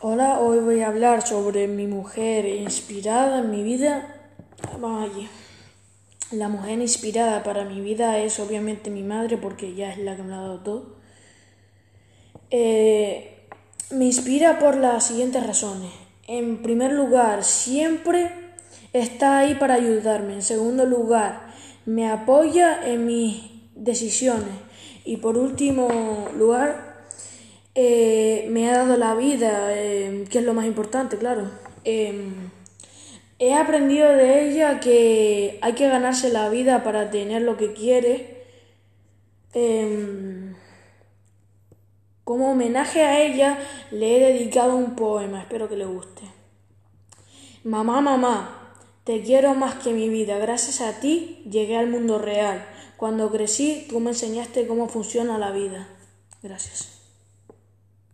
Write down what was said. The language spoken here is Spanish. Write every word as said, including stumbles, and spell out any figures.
Hola, hoy voy a hablar sobre mi mujer inspirada en mi vida. Vamos allí. La mujer inspirada para mi vida es obviamente mi madre, porque ella es la que me ha dado todo. Eh, me inspira por las siguientes razones. En primer lugar, siempre está ahí para ayudarme. En segundo lugar, me apoya en mis decisiones. Y por último lugar, eh, me ha dado la vida, eh, que es lo más importante, claro. Eh, he aprendido de ella que hay que ganarse la vida para tener lo que quiere. Eh, como homenaje a ella, le he dedicado un poema, espero que le guste. Mamá, mamá, te quiero más que mi vida. Gracias a ti llegué al mundo real. Cuando crecí, tú me enseñaste cómo funciona la vida. Gracias.